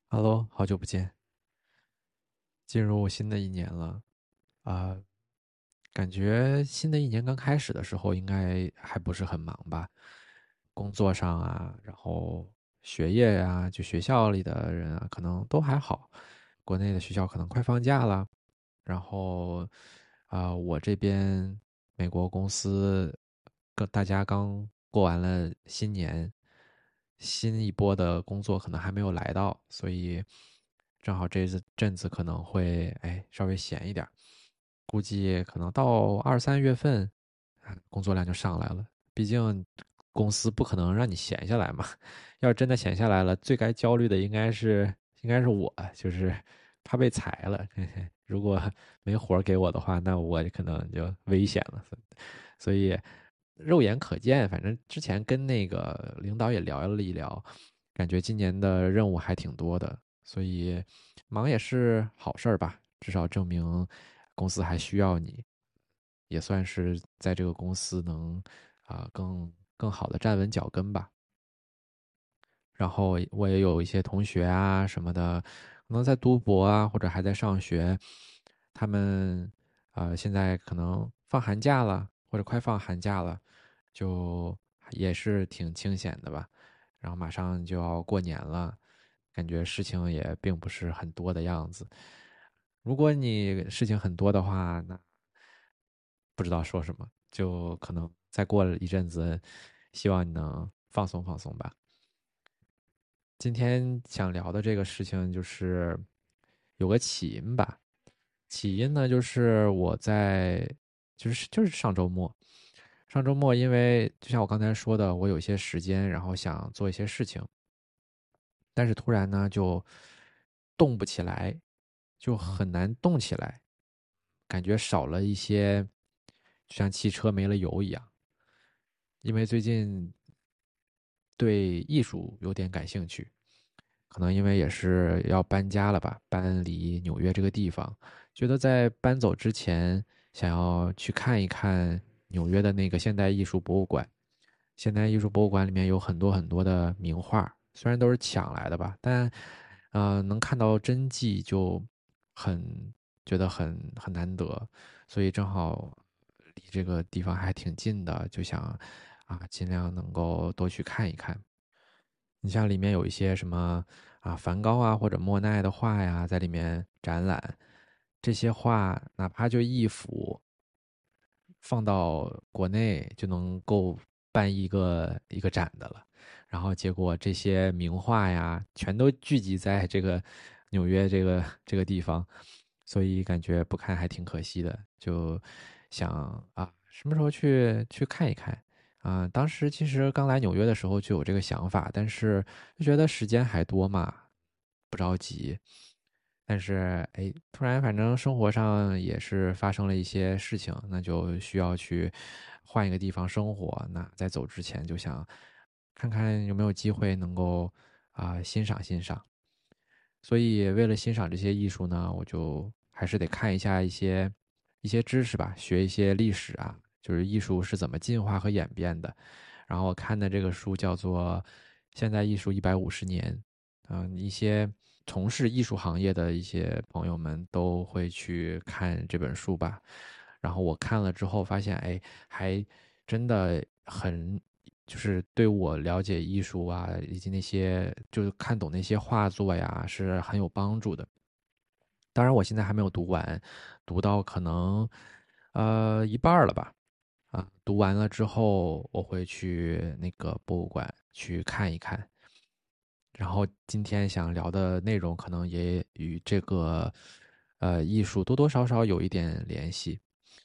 Hello，好久不见，进入新的一年了啊，感觉新的一年刚开始的时候应该还不是很忙吧，工作上啊，然后学业啊，就学校里的人啊，可能都还好，国内的学校可能快放假了，然后我这边美国公司大家刚过完了新年，新一波的工作可能还没有来到，所以正好这阵子可能会稍微闲一点儿，估计可能到2、3月份，工作量就上来了。毕竟公司不可能让你闲下来嘛，要是真的闲下来了，最该焦虑的应该是我，就是怕被裁了。如果没活儿给我的话，那我可能就危险了。所以肉眼可见，反正之前跟那个领导也聊了一聊，感觉今年的任务还挺多的，所以忙也是好事儿吧，至少证明公司还需要你，也算是在这个公司能更好的站稳脚跟吧。然后我也有一些同学啊什么的，可能在读博啊，或者还在上学，他们现在可能放寒假了，或者快放寒假了，就也是挺清闲的吧。然后马上就要过年了，感觉事情也并不是很多的样子。如果你事情很多的话，那不知道说什么，就可能再过了一阵子，希望你能放松放松吧。今天想聊的这个事情就是有个起因吧。起因呢，就是我就是上周末因为就像我刚才说的，我有一些时间，然后想做一些事情，但是突然呢就动不起来，就很难动起来，感觉少了一些，就像汽车没了油一样。因为最近对艺术有点感兴趣，可能因为也是要搬家了吧，搬离纽约这个地方，觉得在搬走之前，想要去看一看纽约的那个现代艺术博物馆。现代艺术博物馆里面有很多很多的名画，虽然都是抢来的吧，但能看到真迹就很觉得很难得，所以正好离这个地方还挺近的，就想尽量能够多去看一看。你像里面有一些什么梵高啊或者莫奈的画呀，在里面展览，这些画哪怕就一幅，放到国内就能够办一个展的了。然后结果这些名画呀，全都聚集在这个纽约这个地方，所以感觉不看还挺可惜的。就想什么时候去看一看。当时其实刚来纽约的时候就有这个想法，但是就觉得时间还多嘛，不着急。但是突然反正生活上也是发生了一些事情，那就需要去换一个地方生活。那在走之前就想看看有没有机会能够欣赏欣赏。所以为了欣赏这些艺术呢，我就还是得看一下一些知识吧，学一些历史啊，就是艺术是怎么进化和演变的。然后我看的这个书叫做《现代艺术150年》，一些从事艺术行业的一些朋友们都会去看这本书吧。然后我看了之后发现，还真的就是对我了解艺术啊，以及那些就是看懂那些画作呀，是很有帮助的。当然，我现在还没有读完，读到可能一半儿了吧。读完了之后，我会去那个博物馆去看一看。然后今天想聊的内容可能也与这个艺术多多少少有一点联系。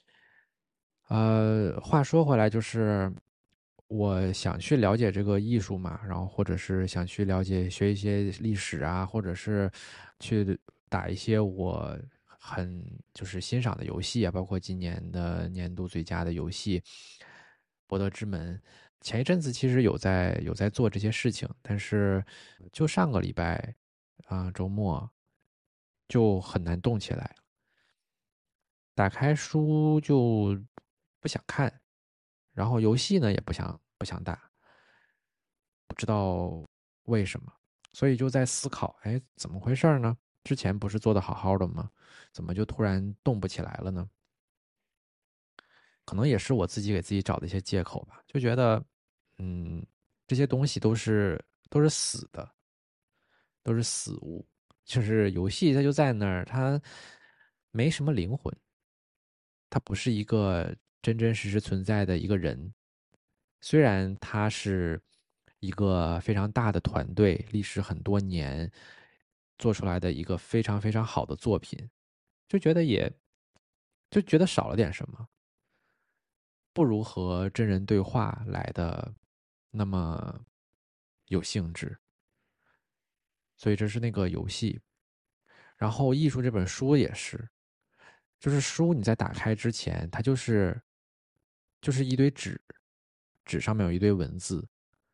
话说回来，就是我想去了解这个艺术嘛，然后或者是想去了解学一些历史啊，或者是去打一些我很就是欣赏的游戏啊，包括今年的年度最佳的游戏《博德之门》。前一阵子其实有在做这些事情，但是就上个礼拜周末就很难动起来，打开书就不想看，然后游戏呢也不想打，不知道为什么。 所以就在思考，哎，怎么回事呢？之前不是做的好好的吗？怎么就突然动不起来了呢？可能也是我自己给自己找的一些借口吧，就觉得，嗯，这些东西都是死的，都是死物，就是游戏它就在那儿，它没什么灵魂，它不是一个真真实实存在的一个人。虽然它是一个非常大的团队，历时很多年做出来的一个非常非常好的作品，就觉得也就觉得少了点什么，不如和真人对话来的那么有兴致。所以这是那个游戏，然后艺术这本书也是，就是书你在打开之前，它就是一堆纸，纸上面有一堆文字，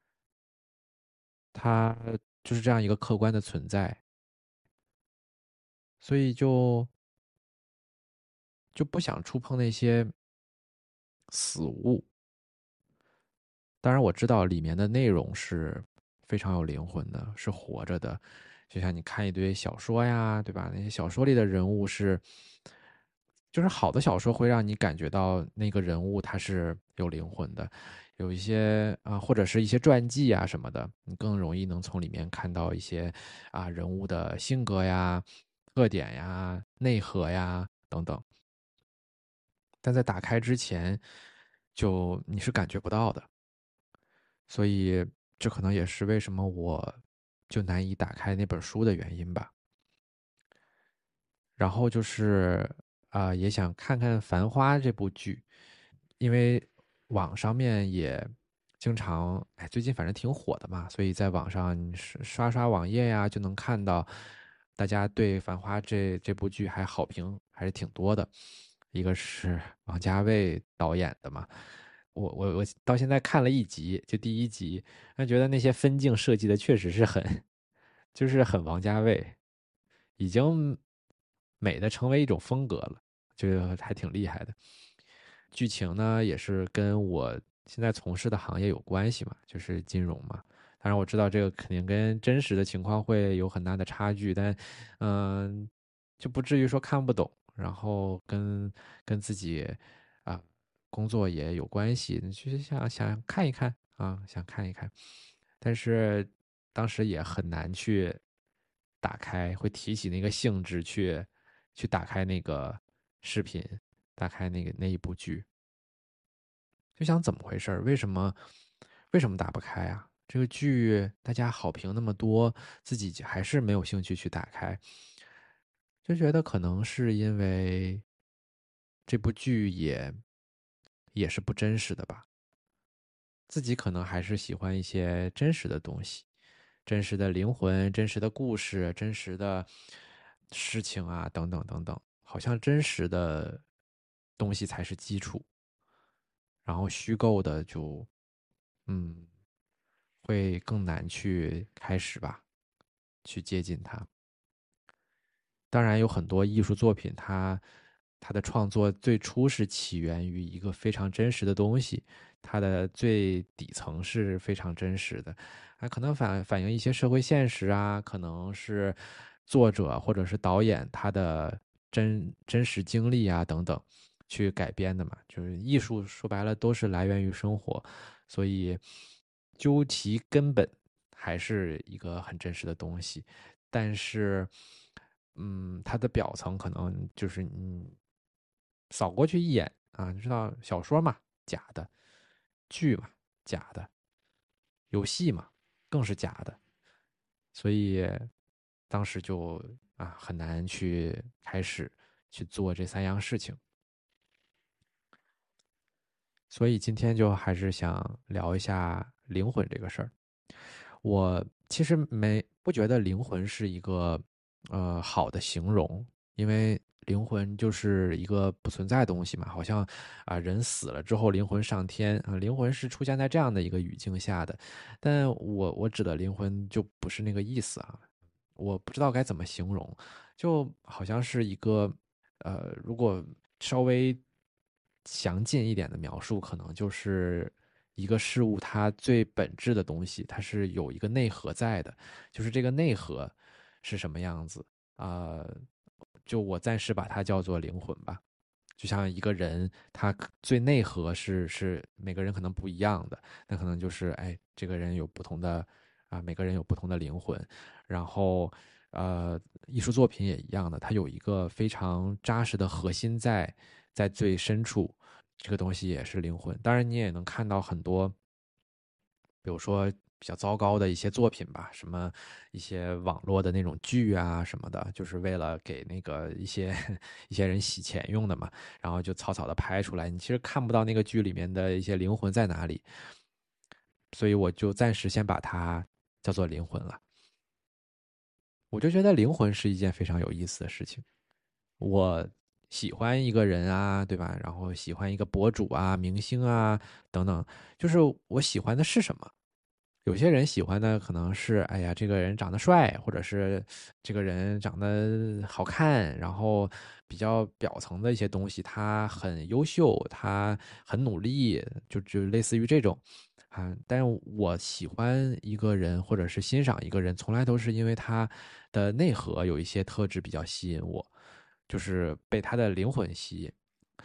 它就是这样一个客观的存在，所以就不想触碰那些死物。当然我知道里面的内容是非常有灵魂的，是活着的。就像你看一堆小说呀，对吧？那些小说里的人物就是好的小说会让你感觉到那个人物他是有灵魂的。有一些或者是一些传记啊什么的，你更容易能从里面看到一些人物的性格呀、特点呀、内核呀等等。但在打开之前，就你是感觉不到的。所以这可能也是为什么我就难以打开那本书的原因吧。然后就是也想看看《繁花》这部剧，因为网上面也经常，哎，最近反正挺火的嘛，所以在网上你刷刷网页呀，就能看到大家对《繁花》这部剧还好评还是挺多的。一个是王家卫导演的嘛，我到现在看了一集，就第一集，那觉得那些分镜设计的确实是就是很王家卫，已经美的成为一种风格了，就还挺厉害的。剧情呢也是跟我现在从事的行业有关系嘛，就是金融嘛。当然我知道这个肯定跟真实的情况会有很大的差距，但就不至于说看不懂，然后跟自己啊工作也有关系，就是想看一看啊，想看一看。但是当时也很难去打开，会提起那个兴致去打开那个视频，打开那一部剧，就想怎么回事儿？为什么打不开啊？这个剧大家好评那么多，自己还是没有兴趣去打开，就觉得可能是因为这部剧也是不真实的吧。自己可能还是喜欢一些真实的东西，真实的灵魂、真实的故事、真实的事情啊，等等等等，好像真实的东西才是基础，然后虚构的就嗯会更难去开始吧，去接近它。当然有很多艺术作品，它的创作最初是起源于一个非常真实的东西，它的最底层是非常真实的，可能反映一些社会现实啊，可能是作者或者是导演他的真实经历啊等等去改编的嘛。就是艺术说白了都是来源于生活，所以究其根本还是一个很真实的东西。但是，它的表层可能就是扫过去一眼啊，你知道小说嘛，假的；剧嘛，假的；游戏嘛，更是假的。所以当时就很难去开始去做这三样事情。所以今天就还是想聊一下灵魂这个事儿。我其实不觉得灵魂是一个好的形容，因为灵魂就是一个不存在的东西嘛，好像人死了之后灵魂上天啊，灵魂是出现在这样的一个语境下的，但我指的灵魂就不是那个意思啊，我不知道该怎么形容，就好像是一个如果稍微详尽一点的描述，可能就是一个事物它最本质的东西，它是有一个内核在的，就是这个内核是什么样子啊、就我暂时把它叫做灵魂吧。就像一个人，他最内核是每个人可能不一样的，那可能就是哎，这个人有不同的每个人有不同的灵魂，然后艺术作品也一样的，它有一个非常扎实的核心在最深处，这个东西也是灵魂。当然，你也能看到很多，比如说比较糟糕的一些作品吧，什么一些网络的那种剧啊什么的，就是为了给那个一些一些人洗钱用的嘛，然后就草草的拍出来，你其实看不到那个剧里面的一些灵魂在哪里，所以我就暂时先把它叫做灵魂了。我就觉得灵魂是一件非常有意思的事情。我喜欢一个人啊，对吧？然后喜欢一个博主啊、明星啊等等，就是我喜欢的是什么。有些人喜欢的可能是，哎呀，这个人长得帅，或者是这个人长得好看，然后比较表层的一些东西，他很优秀，他很努力，就类似于这种但我喜欢一个人，或者是欣赏一个人，从来都是因为他的内核有一些特质比较吸引我，就是被他的灵魂吸引。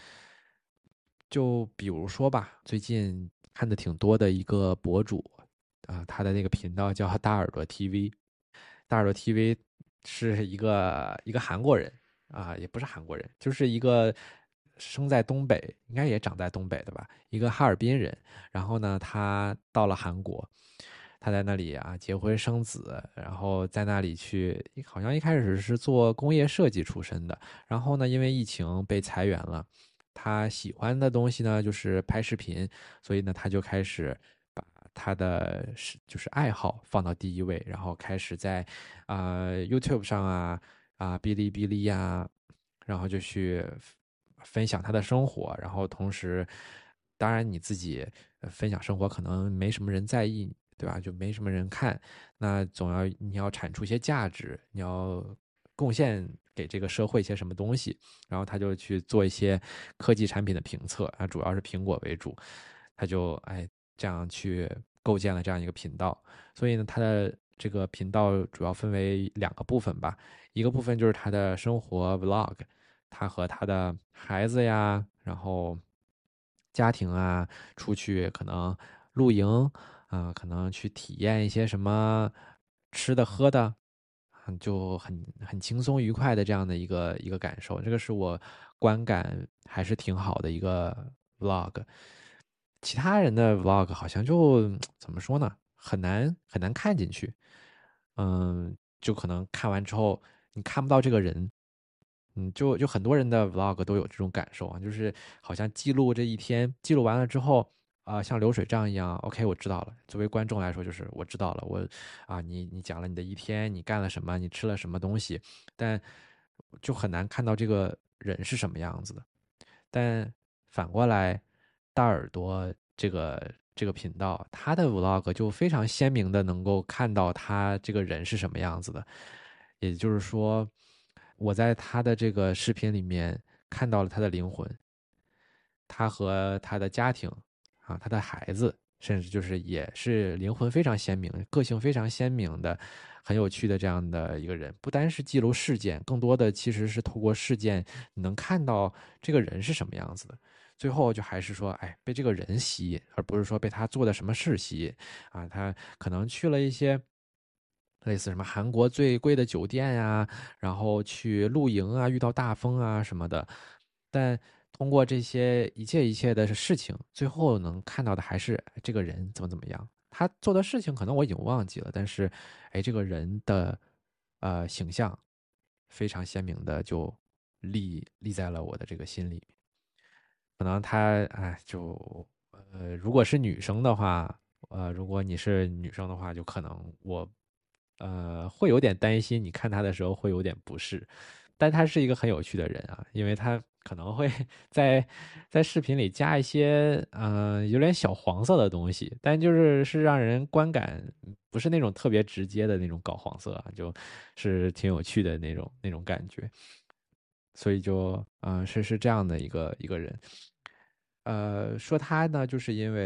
就比如说吧，最近看的挺多的一个博主他的那个频道叫大耳朵 TV，大耳朵 TV 是一个韩国人也不是韩国人，就是一个生在东北，应该也长在东北的吧，一个哈尔滨人。然后呢，他到了韩国，他在那里结婚生子，然后在那里去，好像一开始是做工业设计出身的，然后呢，因为疫情被裁员了。他喜欢的东西呢，就是拍视频，所以呢，他就开始把他的就是爱好放到第一位，然后开始在YouTube 上哔哩哔哩然后就去分享他的生活，然后同时，当然你自己分享生活可能没什么人在意，对吧？就没什么人看，那你要产出一些价值，你要贡献给这个社会一些什么东西。然后他就去做一些科技产品的评测主要是苹果为主，他就这样去构建了这样一个频道。所以呢，他的这个频道主要分为两个部分吧，一个部分就是他的生活 vlog，他和他的孩子呀，然后家庭出去可能露营可能去体验一些什么吃的喝的，就很轻松愉快的这样的一个感受，这个是我观感还是挺好的一个 vlog。其他人的 vlog 好像就怎么说呢，很难看进去，就可能看完之后你看不到这个人，就很多人的 vlog 都有这种感受就是好像记录这一天，记录完了之后像流水账一样，OK，我知道了。作为观众来说，就是我知道了，你讲了你的一天，你干了什么，你吃了什么东西，但就很难看到这个人是什么样子的。但反过来，大耳朵这个频道，他的 vlog 就非常鲜明的能够看到他这个人是什么样子的。也就是说，我在他的这个视频里面看到了他的灵魂，他和他的家庭他的孩子，甚至就是也是灵魂非常鲜明、个性非常鲜明的、很有趣的这样的一个人。不单是记录事件，更多的其实是透过事件，你能看到这个人是什么样子的。最后就还是说，被这个人吸引，而不是说被他做的什么事吸引他可能去了一些类似什么韩国最贵的酒店然后去露营遇到大风什么的，但通过这些一切的事情，最后能看到的还是这个人怎么样。他做的事情可能我已经忘记了，但是这个人的形象非常鲜明的就立在了我的这个心里。可能他如果是女生的话，如果你是女生的话，就可能我会有点担心，你看他的时候会有点不适。但他是一个很有趣的人因为他可能会在视频里加一些有点小黄色的东西，但是让人观感不是那种特别直接的那种搞黄色就是挺有趣的那种感觉。所以是这样的一个人。说他呢，就是因为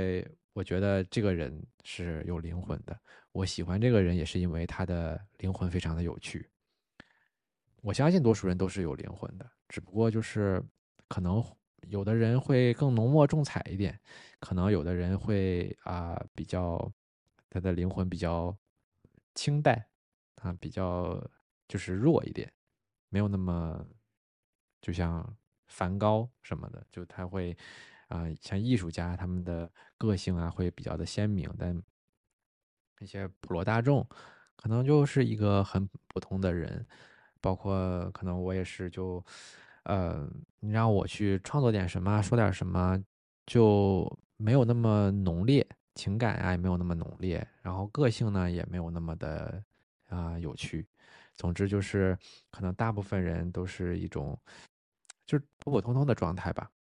我觉得这个人是有灵魂的。我喜欢这个人也是因为他的灵魂非常的有趣。我相信多数人都是有灵魂的，只不过就是可能有的人会更浓墨重彩一点，可能有的人会比较他的灵魂比较清淡比较就是弱一点，没有那么就像梵高什么的，就他会像艺术家他们的个性会比较的鲜明，但那些普罗大众可能就是一个很普通的人，包括可能我也是你让我去创作点什么，说点什么，就没有那么浓烈，情感也没有那么浓烈，然后个性呢也没有那么的有趣。总之就是可能大部分人都是一种就是普普通通的状态吧。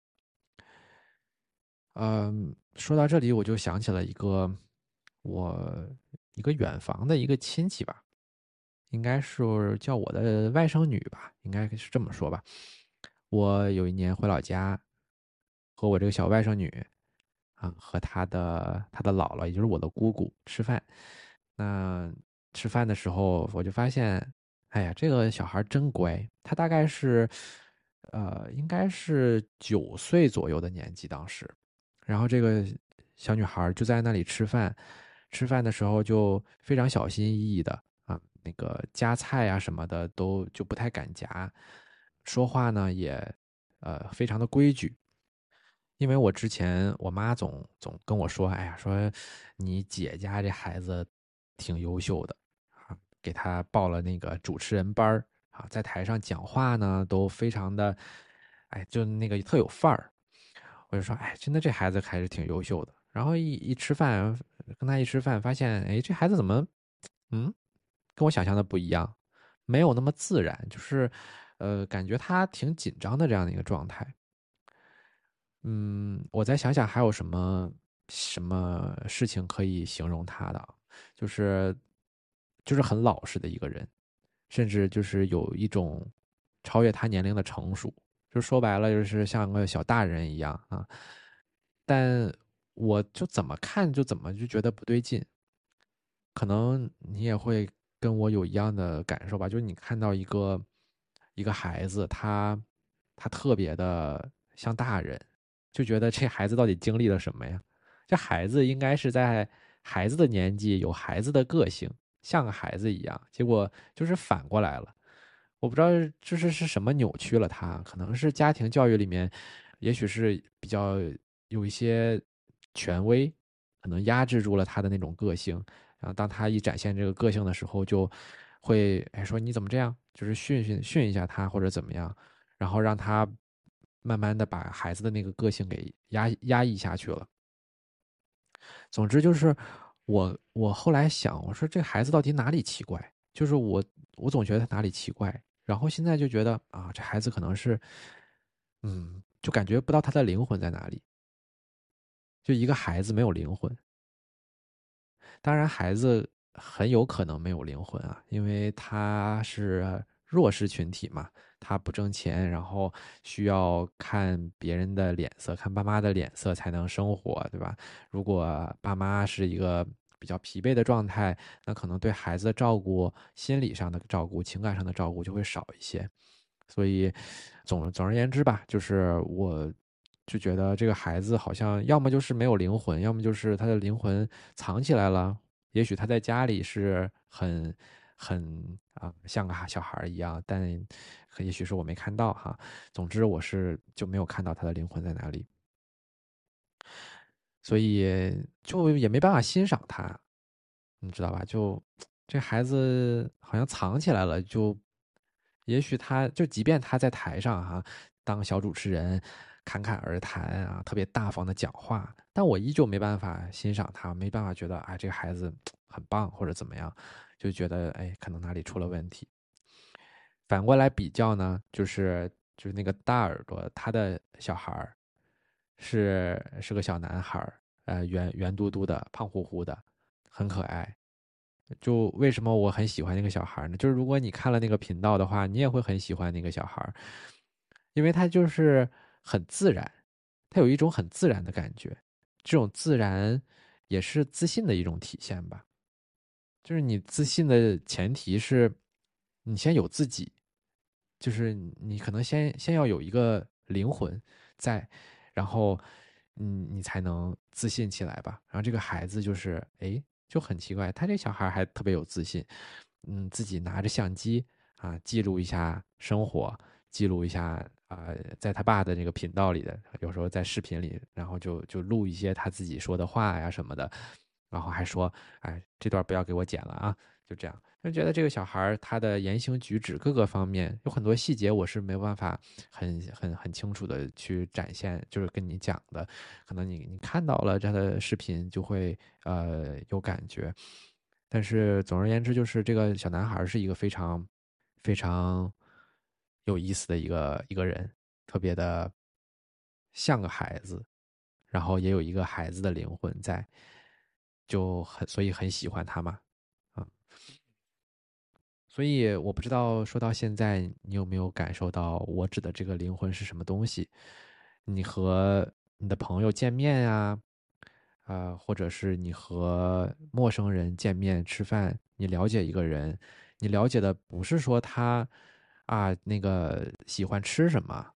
说到这里我就想起了我一个远房的一个亲戚吧，应该是叫我的外甥女吧，应该是这么说吧。我有一年回老家，和我这个小外甥女和她的姥姥，也就是我的姑姑吃饭。那吃饭的时候，我就发现，哎呀，这个小孩真乖。她大概是，应该是9岁左右的年纪当时。然后这个小女孩就在那里吃饭，吃饭的时候就非常小心翼翼的那个夹菜什么的都就不太敢夹，说话呢也非常的规矩。因为我之前我妈总跟我说，哎呀，说你姐家这孩子挺优秀的给他报了那个主持人班儿在台上讲话呢都非常的，哎，就那个特有范儿。我就说，哎，真的这孩子还是挺优秀的。然后一吃饭，跟他一吃饭，发现，哎，这孩子怎么，跟我想象的不一样，没有那么自然，就是，感觉他挺紧张的这样的一个状态。我再想想还有什么事情可以形容他的，就是就是很老实的一个人，甚至就是有一种超越他年龄的成熟，就说白了就是像个小大人一样但我就怎么看就怎么就觉得不对劲，可能你也会跟我有一样的感受吧，就是你看到一个孩子，他特别的像大人，就觉得这孩子到底经历了什么呀？这孩子应该是在孩子的年纪有孩子的个性，像个孩子一样，结果就是反过来了。我不知道这是什么扭曲了他，可能是家庭教育里面，也许是比较有一些权威，可能压制住了他的那种个性。然后当他一展现这个个性的时候，就会说你怎么这样，就是训一下他或者怎么样，然后让他慢慢的把孩子的那个个性给压抑下去了。总之就是我后来想，我说这孩子到底哪里奇怪？就是我总觉得他哪里奇怪，然后现在就觉得这孩子可能是就感觉不到他的灵魂在哪里。就一个孩子没有灵魂，当然孩子很有可能没有灵魂因为他是弱势群体嘛，他不挣钱，然后需要看别人的脸色，看爸妈的脸色才能生活，对吧？如果爸妈是一个比较疲惫的状态，那可能对孩子的照顾、心理上的照顾、情感上的照顾就会少一些。所以总而言之吧，就是我就觉得这个孩子好像要么就是没有灵魂，要么就是他的灵魂藏起来了。也许他在家里是很像个小孩一样，但也许是我没看到哈。总之我就没有看到他的灵魂在哪里，所以就也没办法欣赏他，你知道吧？就这孩子好像藏起来了，也许即便他在台上当小主持人，侃侃而谈特别大方的讲话，但我依旧没办法欣赏他，没办法觉得这个孩子很棒或者怎么样，就觉得可能哪里出了问题。反过来比较呢，就是那个大耳朵，他的小孩儿是个小男孩儿，圆圆嘟嘟的，胖乎乎的，很可爱。就为什么我很喜欢那个小孩呢？就是如果你看了那个频道的话，你也会很喜欢那个小孩，因为他就是很自然，他有一种很自然的感觉， 这种自然也是自信的一种体现吧。就是你自信的前提是你先有自己，就是你可能先要有一个灵魂在，然后你才能自信起来吧。然后这个孩子就是哎就很奇怪，他这小孩还特别有自信，自己拿着相机记录一下生活，记录一下在他爸的那个频道里的，有时候在视频里，然后就录一些他自己说的话呀什么的，然后还说，哎，这段不要给我剪了啊，就这样。就觉得这个小孩他的言行举止各个方面有很多细节，我是没有办法很清楚的去展现，就是跟你讲的。可能你看到了他的视频就会有感觉，但是总而言之，就是这个小男孩是一个非常非常有意思的一个人，特别的像个孩子，然后也有一个孩子的灵魂在，所以很喜欢他嘛。啊，所以我不知道说到现在，你有没有感受到我指的这个灵魂是什么东西？你和你的朋友见面呀，或者是你和陌生人见面吃饭，你了解一个人，你了解的不是说他那个喜欢吃什么，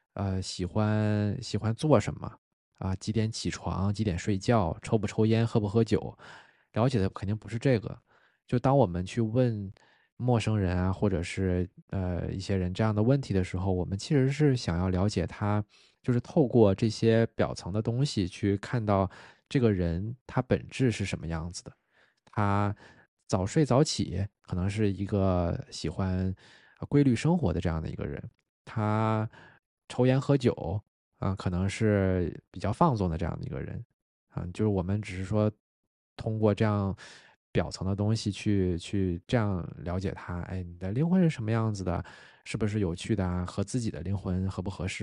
喜欢做什么几点起床，几点睡觉，抽不抽烟，喝不喝酒，了解的肯定不是这个。就当我们去问陌生人或者是一些人这样的问题的时候，我们其实是想要了解他，就是透过这些表层的东西去看到这个人他本质是什么样子的。他早睡早起，可能是一个喜欢规律生活的这样的一个人。他抽烟喝酒可能是比较放纵的这样的一个人就是我们只是说通过这样表层的东西去这样了解他，哎，你的灵魂是什么样子的，是不是有趣的和自己的灵魂合不合适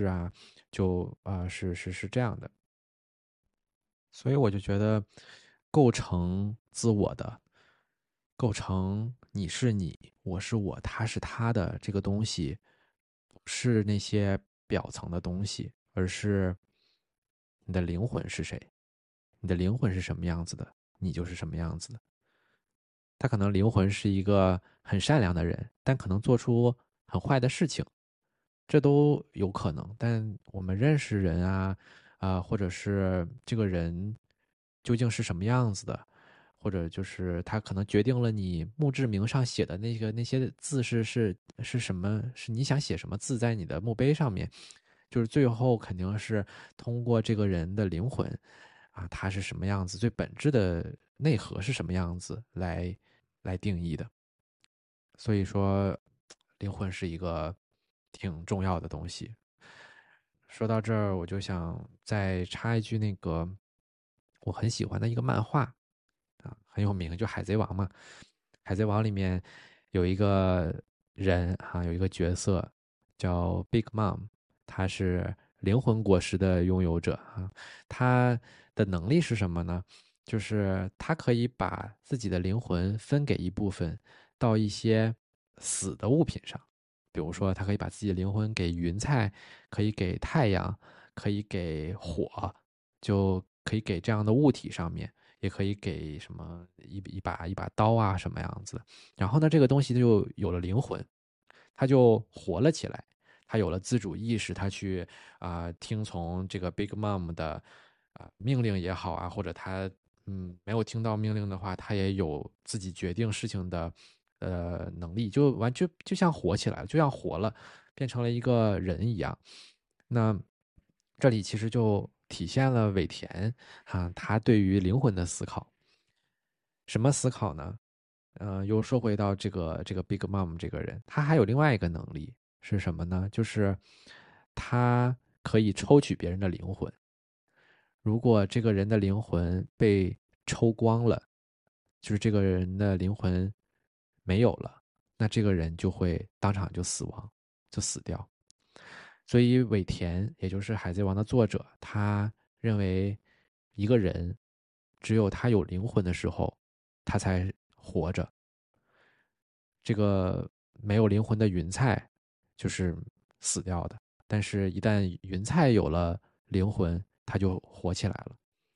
是这样的。所以我就觉得，构成自我的，构成你是你，我是我，他是他的这个东西，不是那些表层的东西，而是你的灵魂是谁，你的灵魂是什么样子的，你就是什么样子的。他可能灵魂是一个很善良的人，但可能做出很坏的事情，这都有可能。但我们认识人或者是这个人究竟是什么样子的，或者就是他可能决定了你墓志铭上写的那些字是什么，是你想写什么字在你的墓碑上面，就是最后肯定是通过这个人的灵魂他是什么样子，最本质的内核是什么样子来定义的。所以说，灵魂是一个挺重要的东西。说到这儿，我就想再插一句，那个我很喜欢的一个漫画很有名，就《海贼王》嘛。《海贼王》里面有一个人有一个角色叫 Big Mom，他是灵魂果实的拥有者他的能力是什么呢？就是他可以把自己的灵魂分给一部分到一些死的物品上，比如说他可以把自己的灵魂给云彩，可以给太阳，可以给火，就可以给这样的物体上面。也可以给什么一把刀什么样子。然后呢，这个东西就有了灵魂，它就活了起来，它有了自主意识，它去听从这个 Big Mom 的命令也好或者它没有听到命令的话，它也有自己决定事情的能力，就像活起来了，就像活了，变成了一个人一样。那这里其实就体现了尾田他对于灵魂的思考。什么思考呢？又说回到这个 Big Mom 这个人，他还有另外一个能力是什么呢？就是他可以抽取别人的灵魂。如果这个人的灵魂被抽光了，就是这个人的灵魂没有了，那这个人就会当场就死亡，就死掉。所以尾田，也就是《海贼王》的作者，他认为一个人只有他有灵魂的时候，他才活着。这个没有灵魂的云菜就是死掉的，但是一旦云菜有了灵魂，他就活起来了。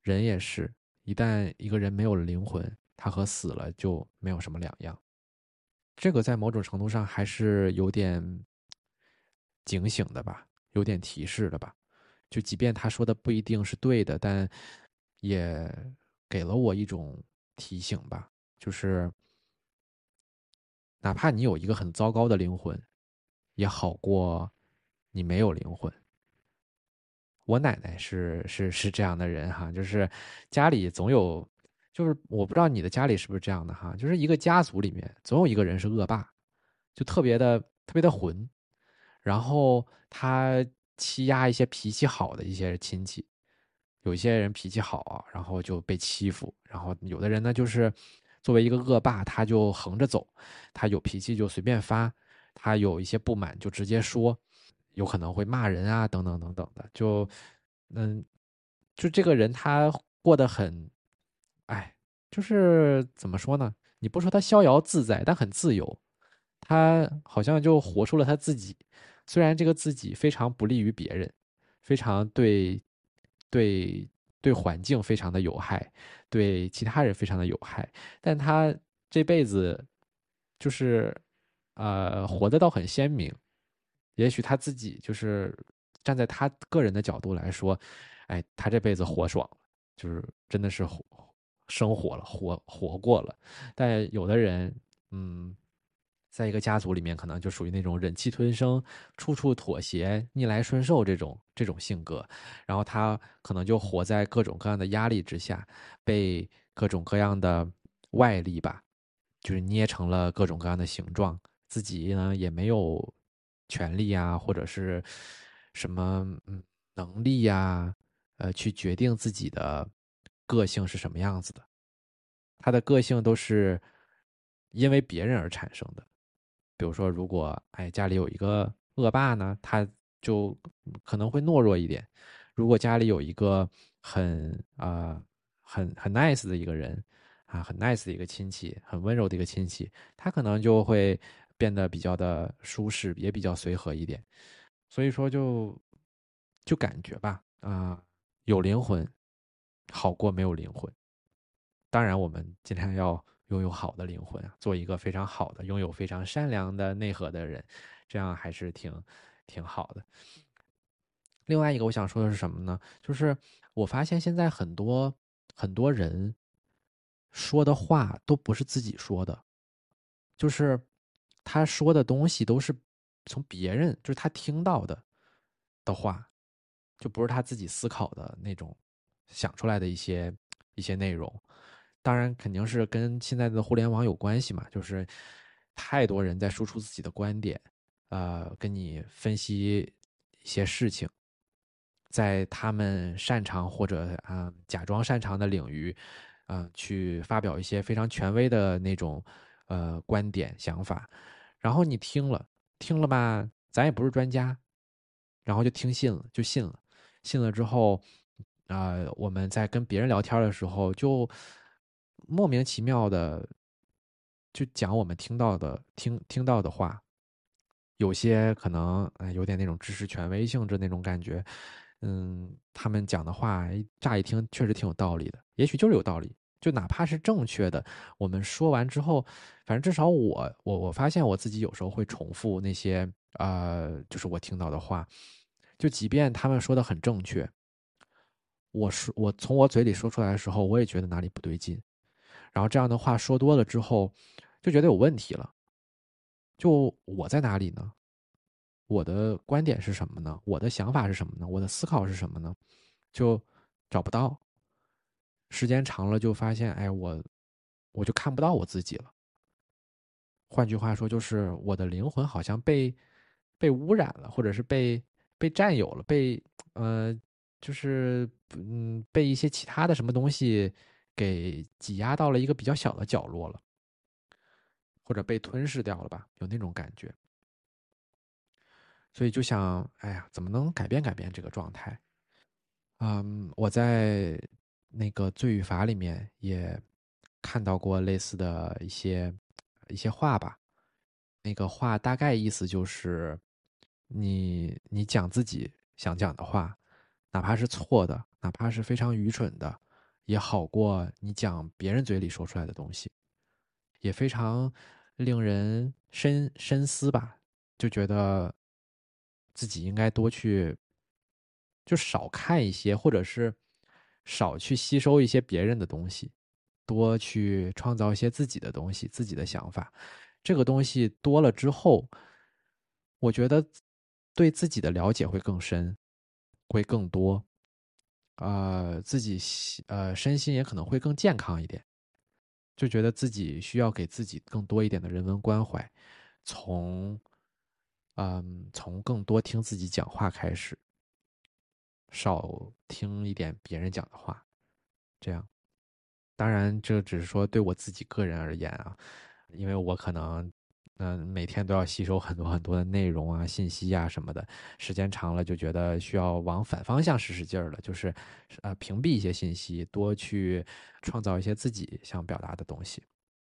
人也是，一旦一个人没有了灵魂，他和死了就没有什么两样。这个在某种程度上还是有点警醒的吧，有点提示的吧。就即便他说的不一定是对的，但也给了我一种提醒吧，就是哪怕你有一个很糟糕的灵魂，也好过你没有灵魂。我奶奶是这样的人哈，就是家里总有，就是我不知道你的家里是不是这样的哈，就是一个家族里面总有一个人是恶霸，就特别的混，然后他欺压一些脾气好的一些亲戚，有一些人脾气好啊，然后就被欺负，然后有的人呢就是作为一个恶霸，他就横着走，他有脾气就随便发，他有一些不满就直接说，有可能会骂人啊，等等等等的，嗯，就这个人他过得很，哎，就是怎么说呢？你不说他逍遥自在，但很自由，他好像就活出了他自己，虽然这个自己非常不利于别人，非常对对环境非常的有害，对其他人非常的有害，但他这辈子就是活得倒很鲜明。也许他自己就是站在他个人的角度来说，哎，他这辈子活爽了，就是真的是生活了，活过了。但有的人，嗯，在一个家族里面，可能就属于那种忍气吞声、处处妥协、逆来顺受这种性格，然后他可能就活在各种各样的压力之下，被各种各样的外力吧，就是捏成了各种各样的形状，自己呢也没有权利啊，或者是什么能力呀，去决定自己的个性是什么样子的。他的个性都是因为别人而产生的。比如说，如果家里有一个恶霸呢，他就可能会懦弱一点；如果家里有一个很 nice 的一个人啊，很 nice 的一个亲戚，很温柔的一个亲戚，他可能就会变得比较的舒适，也比较随和一点。所以说就感觉吧，有灵魂好过没有灵魂。当然，我们尽量要拥有好的灵魂啊，做一个非常好的、拥有非常善良的内核的人，这样还是挺好的。另外一个我想说的是什么呢？就是我发现现在很多人说的话都不是自己说的，就是他说的东西都是从别人，就是他听到的话，就不是他自己思考的那种想出来的一些内容。当然，肯定是跟现在的互联网有关系嘛，就是太多人在输出自己的观点，跟你分析一些事情，在他们擅长或者假装擅长的领域，去发表一些非常权威的那种观点想法，然后你听了吧，咱也不是专家，然后就听信了，就信了，信了之后，我们在跟别人聊天的时候，就莫名其妙的就讲我们听到的话，有些可能有点那种知识权威性质那种感觉，他们讲的话乍一听确实挺有道理的，也许就是有道理，就哪怕是正确的，我们说完之后，反正至少我发现我自己有时候会重复那些就是我听到的话，就即便他们说的很正确，我从我嘴里说出来的时候，我也觉得哪里不对劲，然后这样的话说多了之后，就觉得有问题了，就我在哪里呢？我的观点是什么呢？我的想法是什么呢？我的思考是什么呢？就找不到。时间长了就发现，哎，我就看不到我自己了。换句话说，就是我的灵魂好像被污染了，或者是被占有了，呃，就是被一些其他的什么东西给挤压到了一个比较小的角落了，或者被吞噬掉了吧，有那种感觉。所以就想，哎呀，怎么能改变改变这个状态？我在那个《罪与罚》里面也看到过类似的一些话吧。那个话大概意思就是，你讲自己想讲的话，哪怕是错的，哪怕是非常愚蠢的， 也好过你讲别人嘴里说出来的东西，也非常令人深思吧，就觉得自己应该多去，就少看一些，或者是少去吸收一些别人的东西，多去创造一些自己的东西，自己的想法。这个东西多了之后，我觉得对自己的了解会更深，会更多，自己身心也可能会更健康一点。就觉得自己需要给自己更多一点的人文关怀，从从更多听自己讲话开始，少听一点别人讲的话，这样。当然，这只是说对我自己个人而言啊，因为我可能，每天都要吸收很多很多的内容啊、信息啊什么的，时间长了就觉得需要往反方向使劲儿了，就是，屏蔽一些信息，多去创造一些自己想表达的东西。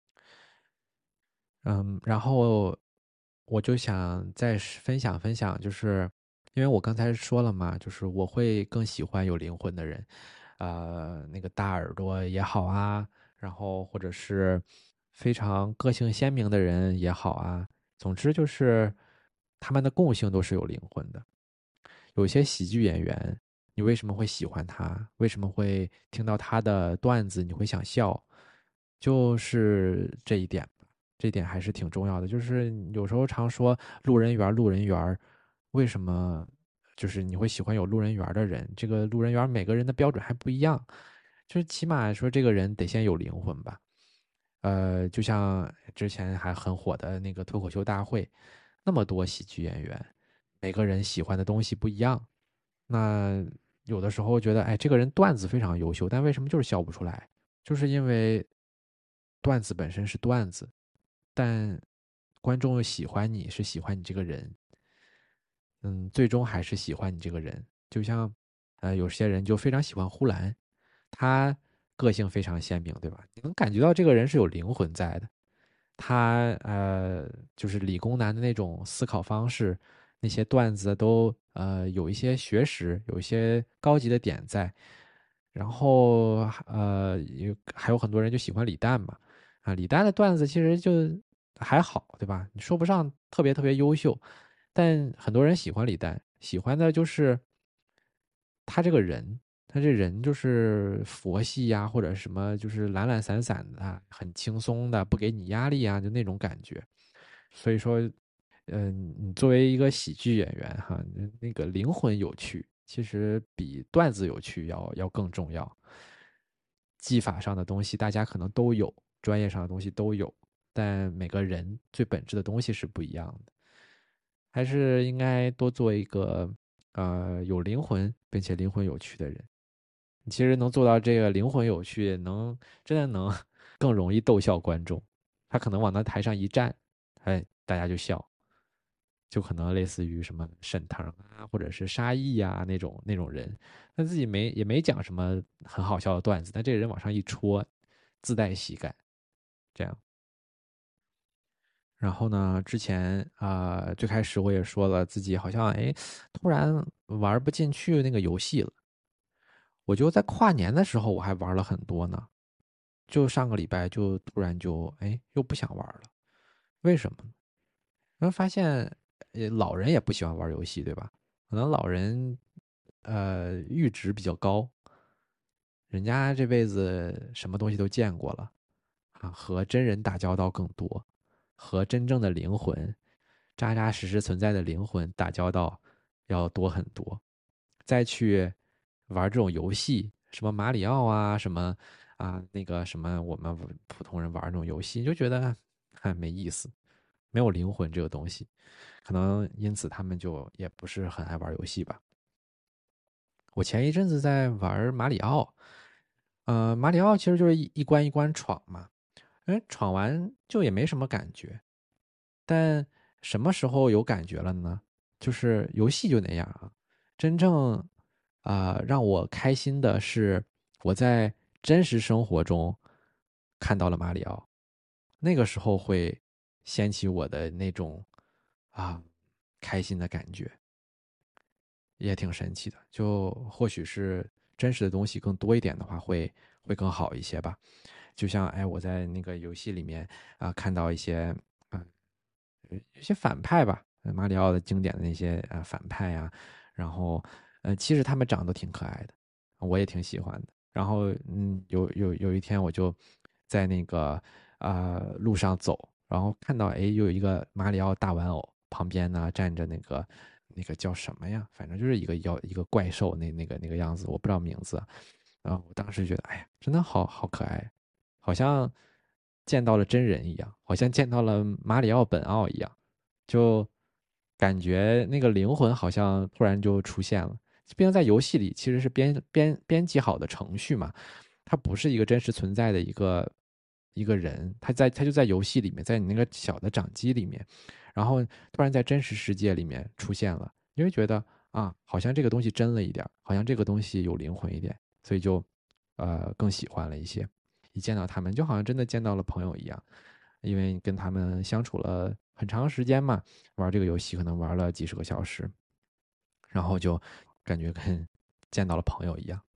然后我就想再分享分享，就是因为我刚才说了嘛，就是我会更喜欢有灵魂的人，那个大耳朵也好啊，然后或者是非常个性鲜明的人也好啊，总之就是他们的共性都是有灵魂的。有些喜剧演员，你为什么会喜欢他？为什么会听到他的段子你会想笑？就是这一点吧，这一点还是挺重要的。就是有时候常说路人缘，路人缘，为什么就是你会喜欢有路人缘的人？这个路人缘每个人的标准还不一样，就是起码说这个人得先有灵魂吧。就像之前还很火的那个脱口秀大会，那么多喜剧演员，每个人喜欢的东西不一样。那有的时候觉得，哎，这个人段子非常优秀，但为什么就是笑不出来？就是因为段子本身是段子，但观众喜欢你是喜欢你这个人，最终还是喜欢你这个人。就像，有些人就非常喜欢呼兰，他个性非常鲜明，对吧？你能感觉到这个人是有灵魂在的。他就是理工男的那种思考方式，那些段子都有一些学识，有一些高级的点在。然后还有很多人就喜欢李诞嘛，李诞的段子其实就还好，对吧？你说不上特别特别优秀，但很多人喜欢李诞，喜欢的就是他这个人，他这人就是佛系呀，或者什么就是懒懒散散的，很轻松的，不给你压力啊，就那种感觉。所以说，你作为一个喜剧演员哈，那个灵魂有趣，其实比段子有趣要更重要。技法上的东西大家可能都有，专业上的东西都有，但每个人最本质的东西是不一样的。还是应该多做一个有灵魂并且灵魂有趣的人。你其实能做到这个灵魂有趣，真的能更容易逗笑观众。他可能往那台上一站，哎，大家就笑，就可能类似于什么沈腾啊，或者是沙溢啊那种人，他自己也没讲什么很好笑的段子，但这个人往上一戳，自带喜感，这样。然后呢，之前最开始我也说了，自己好像突然玩不进去那个游戏了。我就在跨年的时候我还玩了很多呢，就上个礼拜就突然就又不想玩了。为什么呢？然后发现，老人也不喜欢玩游戏，对吧？可能老人阈值比较高，人家这辈子什么东西都见过了啊，和真人打交道更多，和真正的灵魂、扎扎实实存在的灵魂打交道要多很多。再去玩这种游戏，什么马里奥啊，什么那个什么我们普通人玩那种游戏，就觉得没意思，没有灵魂这个东西。可能因此他们就也不是很爱玩游戏吧。我前一阵子在玩马里奥，马里奥其实就是一关一关闯嘛，闯完就也没什么感觉。但什么时候有感觉了呢？就是游戏就那样啊，真正让我开心的是我在真实生活中看到了马里奥，那个时候会掀起我的那种啊开心的感觉。也挺神奇的。就或许是真实的东西更多一点的话，会会更好一些吧。就像我在那个游戏里面看到一些有些反派吧，马里奥的经典的那些反派啊，然后其实他们长得都挺可爱的，我也挺喜欢的。然后有一天我就在那个路上走，然后看到又有一个马里奥大玩偶，旁边呢站着那个叫什么呀？反正就是一个怪兽那个样子，我不知道名字。然后我当时觉得，哎呀，真的好可爱，好像见到了真人一样，好像见到了马里奥本奥一样，就感觉那个灵魂好像突然就出现了。毕竟在游戏里其实是编辑好的程序嘛，它不是一个真实存在的一个人，他就在游戏里面，在你那个小的掌机里面，然后突然在真实世界里面出现了，你会觉得好像这个东西真了一点，好像这个东西有灵魂一点，所以就更喜欢了一些。一见到他们，就好像真的见到了朋友一样，因为跟他们相处了很长时间嘛，玩这个游戏可能玩了几十个小时，然后就感觉跟见到了朋友一样。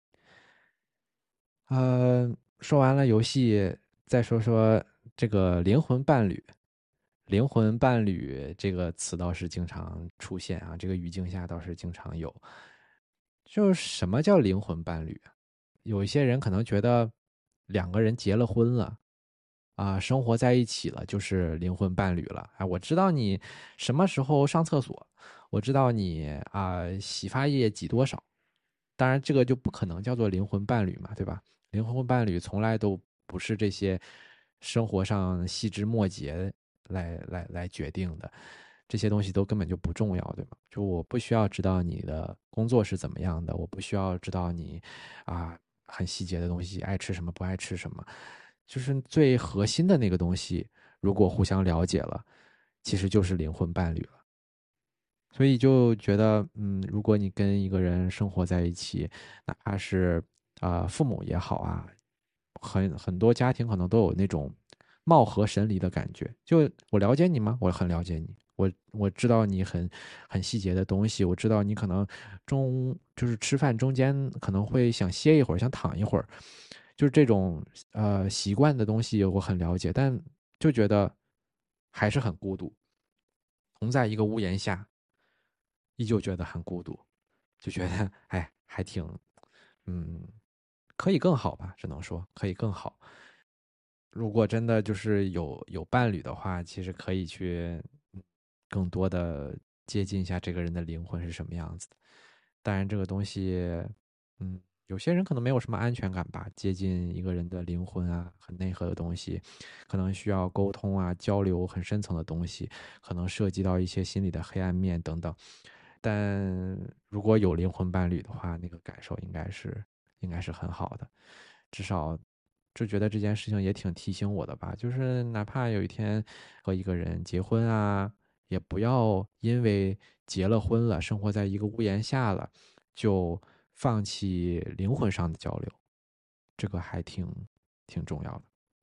说完了游戏，再说说这个灵魂伴侣。灵魂伴侣这个词倒是经常出现啊，这个语境下倒是经常有。就是什么叫灵魂伴侣啊？有一些人可能觉得两个人结了婚了生活在一起了，就是灵魂伴侣了。我知道你什么时候上厕所，我知道你洗发液挤多少。当然，这个就不可能叫做灵魂伴侣嘛，对吧？灵魂伴侣从来都不是这些生活上细枝末节来决定的，这些东西都根本就不重要，对吗？就我不需要知道你的工作是怎么样的，我不需要知道你很细节的东西，爱吃什么不爱吃什么，就是最核心的那个东西，如果互相了解了，其实就是灵魂伴侣了。所以就觉得，如果你跟一个人生活在一起，哪怕是父母也好很多家庭可能都有那种貌合神离的感觉。就我了解你吗？我很了解你，我知道你很细节的东西，我知道你可能就是吃饭中间可能会想歇一会儿，想躺一会儿，就是这种习惯的东西我很了解，但就觉得还是很孤独，同在一个屋檐下。依旧觉得很孤独，就觉得还挺嗯，可以更好吧，只能说可以更好。如果真的就是有伴侣的话，其实可以去更多的接近一下这个人的灵魂是什么样子的。当然，这个东西，嗯，有些人可能没有什么安全感吧，接近一个人的灵魂很内核的东西，可能需要沟通交流很深层的东西，可能涉及到一些心理的黑暗面等等。但如果有灵魂伴侣的话，那个感受应该是很好的，至少就觉得这件事情也挺提醒我的吧。就是哪怕有一天和一个人结婚也不要因为结了婚了，生活在一个屋檐下了，就放弃灵魂上的交流，这个还挺重要的。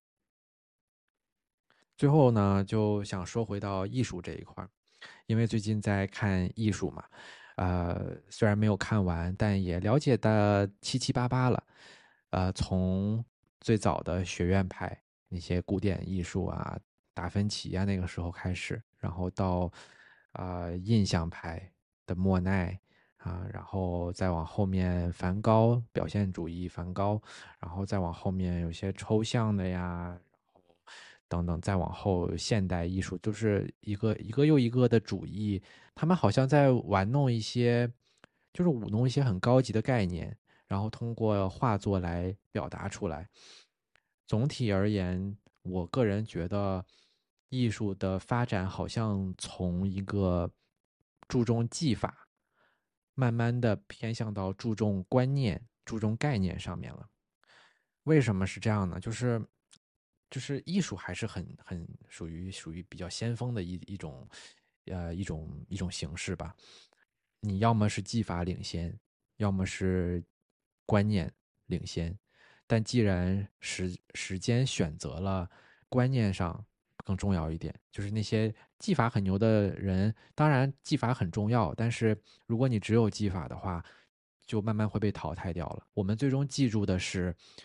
最后呢，就想说回到艺术这一块儿，因为最近在看艺术嘛，虽然没有看完，但也了解的七七八八了。从最早的学院派那些古典艺术达芬奇那个时候开始，然后到印象派的莫奈然后再往后面梵高表现主义梵高，然后再往后面有些抽象的呀，等等，再往后现代艺术，都是一个一个又一个的主义，他们好像在玩弄一些，就是舞弄一些很高级的概念，然后通过画作来表达出来。总体而言，我个人觉得，艺术的发展好像从一个注重技法，慢慢的偏向到注重观念、注重概念上面了。为什么是这样呢？就是艺术还是很属于比较先锋的一种形式吧。你要么是技法领先，要么是观念领先。但既然时间选择了观念上更重要一点，就是那些技法很牛的人，当然技法很重要，但是如果你只有技法的话，就慢慢会被淘汰掉了。我们最终记住的是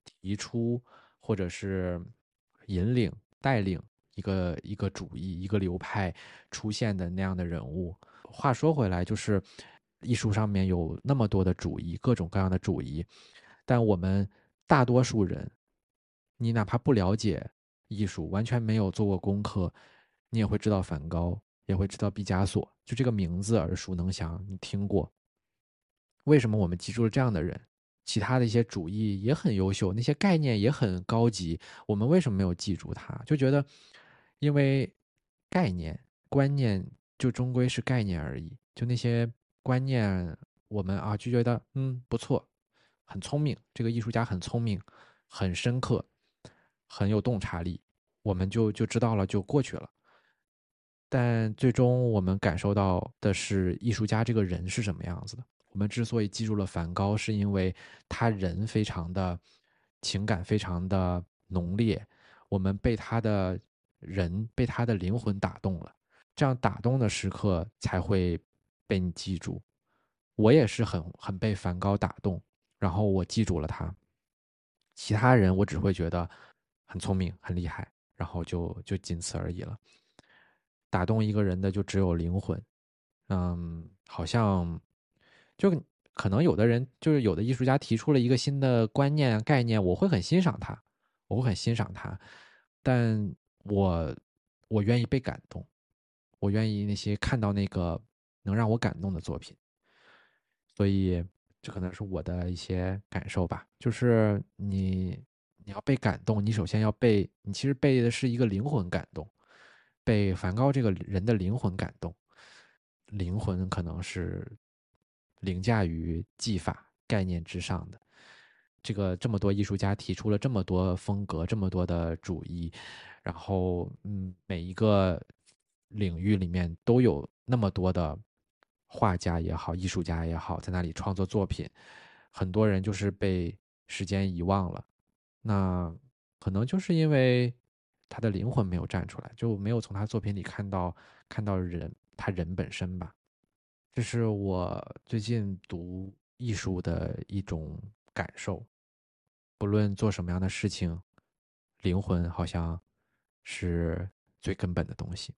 提出或者是引领带领一个主义一个流派出现的那样的人物。话说回来，就是艺术上面有那么多的主义，各种各样的主义，但我们大多数人，你哪怕不了解艺术，完全没有做过功课，你也会知道梵高，也会知道毕加索，就这个名字耳熟能详，你听过。为什么我们记住了这样的人？其他的一些主义也很优秀，那些概念也很高级，我们为什么没有记住它？就觉得，因为概念、观念就终归是概念而已。就那些观念，我们啊就觉得不错，很聪明，这个艺术家很聪明，很深刻，很有洞察力，我们就知道了，就过去了。但最终我们感受到的是艺术家这个人是什么样子的。我们之所以记住了梵高，是因为他人非常的情感非常的浓烈，我们被他的人被他的灵魂打动了，这样打动的时刻才会被你记住。我也是很被梵高打动，然后我记住了他。其他人我只会觉得很聪明很厉害，然后就仅此而已了。打动一个人的就只有灵魂。好像就可能有的人就是有的艺术家提出了一个新的观念概念，我会很欣赏他，我会很欣赏他，但我愿意被感动，我愿意那些看到那个能让我感动的作品，所以这可能是我的一些感受吧。就是你要被感动，你首先要被你其实被的是一个灵魂感动，被梵高这个人的灵魂感动。灵魂可能是凌驾于技法概念之上的。这么多艺术家提出了这么多风格，这么多的主义，然后每一个领域里面都有那么多的画家也好，艺术家也好，在那里创作作品，很多人就是被时间遗忘了。那可能就是因为他的灵魂没有站出来，就没有从他作品里看到他人本身吧。这是我最近读艺术的一种感受。不论做什么样的事情，灵魂好像是最根本的东西。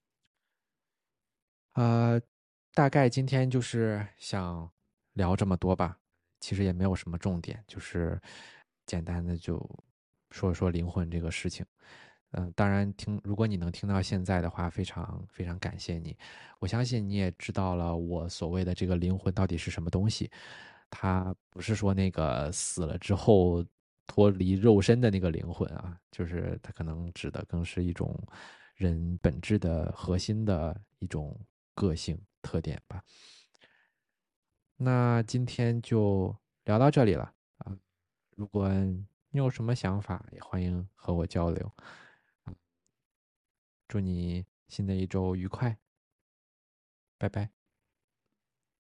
呃，大概今天就是想聊这么多吧，其实也没有什么重点，就是简单的就说说灵魂这个事情。当然如果你能听到现在的话，非常非常感谢你。我相信你也知道了我所谓的这个灵魂到底是什么东西。它不是说那个死了之后脱离肉身的那个灵魂啊，就是它可能指的更是一种人本质的核心的一种个性特点吧。那今天就聊到这里了啊，如果你有什么想法，也欢迎和我交流。祝你新的一周愉快，拜拜。